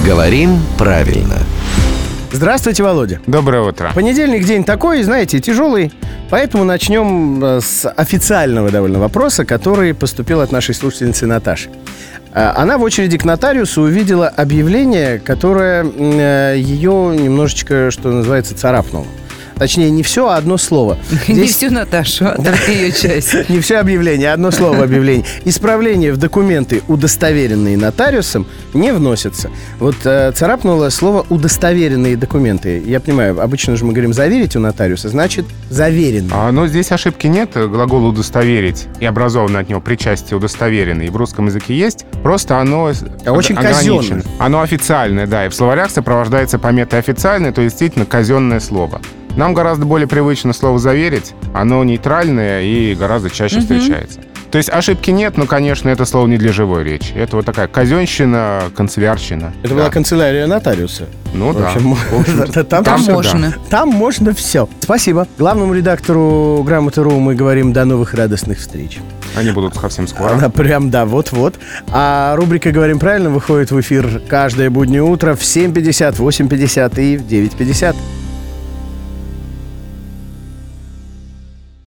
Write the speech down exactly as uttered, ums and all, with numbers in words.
Говорим правильно. Здравствуйте, Володя. Доброе утро. Понедельник день такой, знаете, тяжелый. Поэтому начнем с официального довольно вопроса, который поступил от нашей слушательницы Наташи. Она в очереди к нотариусу увидела объявление, которое ее немножечко, что называется, царапнуло. Точнее, не все, а одно слово. Здесь... Не всю Наташу, а только ее часть. Не все объявление, одно слово объявление. Исправления в документы, удостоверенные нотариусом, не вносятся. Вот э, царапнуло слово «удостоверенные документы». Я понимаю, обычно же мы говорим «заверить у нотариуса», значит «заверенный». А, но здесь ошибки нет. Глагол «удостоверить» и образованное от него причастие «удостоверенный» в русском языке есть. Просто оно а очень казенное. Оно официальное, да. И в словарях сопровождается пометой «официальное», то есть действительно казенное слово. Нам гораздо более привычно слово «заверить». Оно нейтральное и гораздо чаще uh-huh. встречается. То есть ошибки нет, но, конечно, это слово не для живой речи. Это вот такая казенщина, канцелярщина. Это да. была канцелярия нотариуса. Ну в да. Общем, в общем, там, там можно. Да. Там можно все. Спасибо. Главному редактору «Грамоты.ру» мы говорим до новых радостных встреч. Они будут совсем скоро. Она прям, да, вот-вот. А рубрика «Говорим правильно» выходит в эфир каждое буднее утро в семь пятьдесят, восемь пятьдесят и в девять пятьдесят.